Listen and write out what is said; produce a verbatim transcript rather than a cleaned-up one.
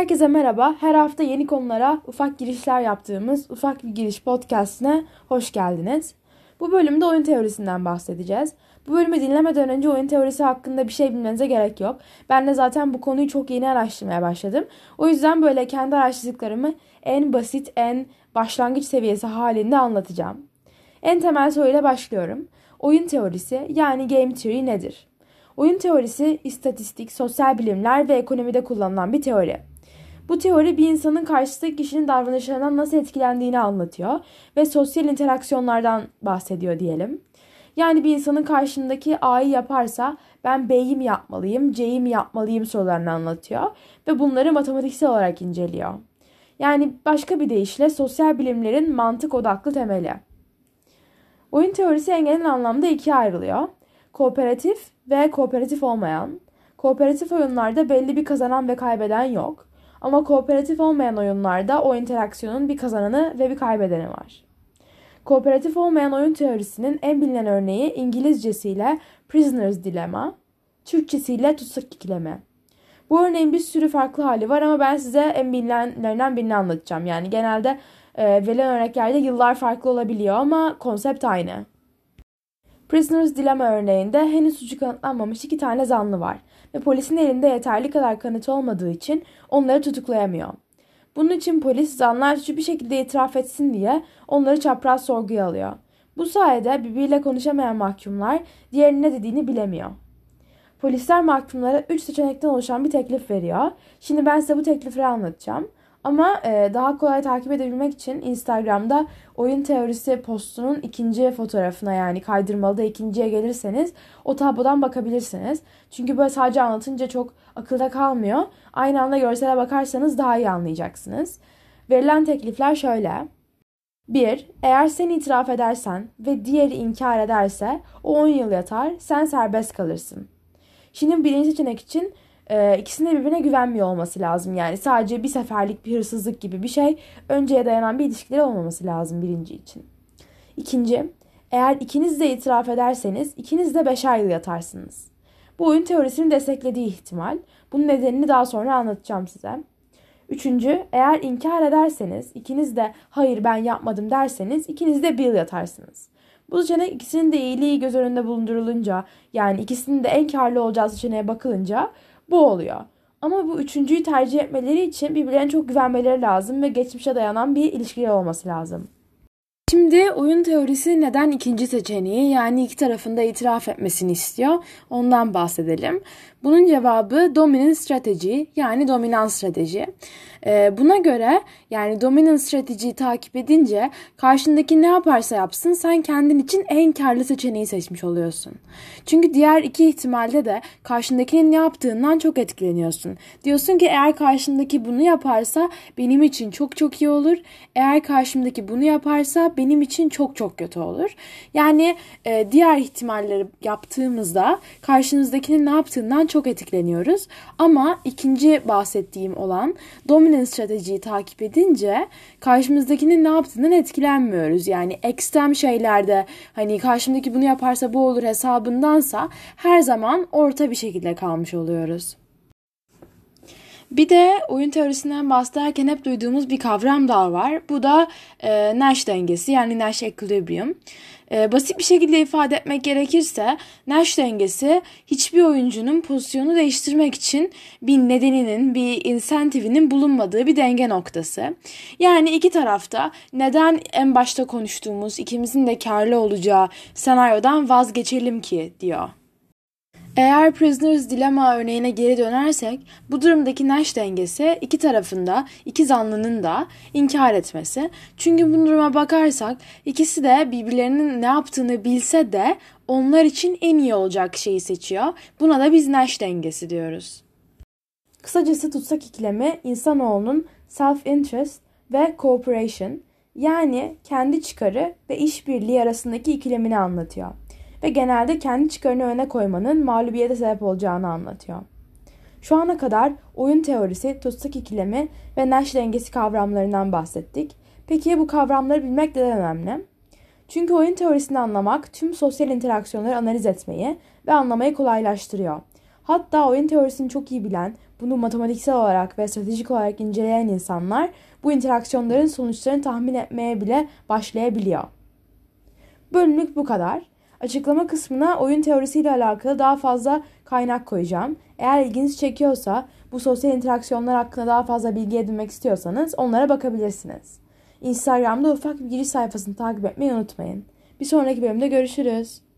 Herkese merhaba. Her hafta yeni konulara ufak girişler yaptığımız Ufak Bir Giriş Podcast'ine hoş geldiniz. Bu bölümde oyun teorisinden bahsedeceğiz. Bu bölümü dinlemeden önce oyun teorisi hakkında bir şey bilmenize gerek yok. Ben de zaten bu konuyu çok yeni araştırmaya başladım. O yüzden böyle kendi araştırdıklarımı en basit, en başlangıç seviyesi halinde anlatacağım. En temel soruyla başlıyorum. Oyun teorisi yani game theory nedir? Oyun teorisi istatistik, sosyal bilimler ve ekonomide kullanılan bir teori. Bu teori bir insanın karşısındaki kişinin davranışlarından nasıl etkilendiğini anlatıyor ve sosyal interaksiyonlardan bahsediyor diyelim. Yani bir insanın karşındaki A'yı yaparsa ben B'yi mi yapmalıyım, C'yi mi yapmalıyım sorularını anlatıyor ve bunları matematiksel olarak inceliyor. Yani başka bir deyişle sosyal bilimlerin mantık odaklı temeli. Oyun teorisi en genel anlamda ikiye ayrılıyor. Kooperatif ve kooperatif olmayan. Kooperatif oyunlarda belli bir kazanan ve kaybeden yok. Ama kooperatif olmayan oyunlarda o interaksiyonun bir kazananı ve bir kaybedeni var. Kooperatif olmayan oyun teorisinin en bilinen örneği İngilizcesiyle Prisoner's Dilemma, Türkçesiyle Tutsak İkilemi. Bu örneğin bir sürü farklı hali var ama ben size en bilinenlerinden birini anlatacağım. Yani genelde e, verilen örneklerde yıllar farklı olabiliyor ama konsept aynı. Prisoner's Dilemma örneğinde henüz suçu kanıtlanmamış iki tane zanlı var ve polisin elinde yeterli kadar kanıt olmadığı için onları tutuklayamıyor. Bunun için polis zanlar suçu bir şekilde itiraf etsin diye onları çapraz sorguya alıyor. Bu sayede birbiriyle konuşamayan mahkumlar diğerinin ne dediğini bilemiyor. Polisler mahkumlara üç seçenekten oluşan bir teklif veriyor. Şimdi ben size bu teklifleri anlatacağım. Ama e, daha kolay takip edebilmek için Instagram'da oyun teorisi postunun ikinci fotoğrafına yani kaydırmalıda ikinciye gelirseniz o tablodan bakabilirsiniz. Çünkü böyle sadece anlatınca çok akılda kalmıyor. Aynı anda görsele bakarsanız daha iyi anlayacaksınız. Verilen teklifler şöyle. bir. Eğer sen itiraf edersen ve diğeri inkar ederse o on yıl yatar, sen serbest kalırsın. Şimdi birinci seçenek için e, ikisinin de birbirine güvenmiyor olması lazım. Yani sadece bir seferlik bir hırsızlık gibi bir şey önceye dayanan bir ilişkileri olmaması lazım birinci için. İkinci, eğer ikiniz de itiraf ederseniz ikiniz de beşer yıl yatarsınız. Bu oyun teorisini desteklediği ihtimal. Bunun nedenini daha sonra anlatacağım size. Üçüncü, eğer inkar ederseniz ikiniz de hayır ben yapmadım derseniz ikiniz de bir yıl yatarsınız. Bu seçenek ikisinin de iyiliği göz önünde bulundurulunca yani ikisinin de en karlı olacağı seçeneğe bakılınca bu oluyor. Ama bu üçüncüyü tercih etmeleri için birbirlerine çok güvenmeleri lazım ve geçmişe dayanan bir ilişkileri olması lazım. Şimdi oyun teorisi neden ikinci seçeneği yani iki tarafında itiraf etmesini istiyor ondan bahsedelim. Bunun cevabı dominant strateji yani dominant strateji. Ee, buna göre yani dominant stratejiyi takip edince karşındaki ne yaparsa yapsın sen kendin için en karlı seçeneği seçmiş oluyorsun. Çünkü diğer iki ihtimalde de karşındakinin ne yaptığından çok etkileniyorsun. Diyorsun ki eğer karşımdaki bunu yaparsa benim için çok çok iyi olur. Eğer karşımdaki bunu yaparsa benim için çok çok kötü olur. Yani e, diğer ihtimalleri yaptığımızda karşımızdakinin ne yaptığından çok etkileniyoruz. Ama ikinci bahsettiğim olan dominant stratejiyi takip edince karşımızdakinin ne yaptığından etkilenmiyoruz. Yani ekstrem şeylerde hani karşımdaki bunu yaparsa bu olur hesabındansa her zaman orta bir şekilde kalmış oluyoruz. Bir de oyun teorisinden bahsederken hep duyduğumuz bir kavram daha var. Bu da e, Nash dengesi yani Nash equilibrium. E, basit bir şekilde ifade etmek gerekirse Nash dengesi hiçbir oyuncunun pozisyonu değiştirmek için bir nedeninin, bir insentivinin bulunmadığı bir denge noktası. Yani iki tarafta neden en başta konuştuğumuz ikimizin de karlı olacağı senaryodan vazgeçelim ki diyor. Eğer Prisoner's Dilemma örneğine geri dönersek bu durumdaki Nash dengesi iki tarafında iki zanlının da inkar etmesi. Çünkü bu duruma bakarsak ikisi de birbirlerinin ne yaptığını bilse de onlar için en iyi olacak şeyi seçiyor. Buna da biz Nash dengesi diyoruz. Kısacası tutsak ikilemi insanoğlunun self-interest ve cooperation yani kendi çıkarı ve işbirliği arasındaki ikilemini anlatıyor. Ve genelde kendi çıkarını öne koymanın mağlubiyete sebep olacağını anlatıyor. Şu ana kadar oyun teorisi, tutsak ikilemi ve Nash dengesi kavramlarından bahsettik. Peki bu kavramları bilmek neden önemli? Çünkü oyun teorisini anlamak tüm sosyal interaksiyonları analiz etmeyi ve anlamayı kolaylaştırıyor. Hatta oyun teorisini çok iyi bilen, bunu matematiksel olarak ve stratejik olarak inceleyen insanlar bu interaksiyonların sonuçlarını tahmin etmeye bile başlayabiliyor. Bölümlük bu kadar. Açıklama kısmına oyun teorisiyle alakalı daha fazla kaynak koyacağım. Eğer ilginizi çekiyorsa, bu sosyal interaksiyonlar hakkında daha fazla bilgi edinmek istiyorsanız onlara bakabilirsiniz. Instagram'da ufak bir giriş sayfasını takip etmeyi unutmayın. Bir sonraki bölümde görüşürüz.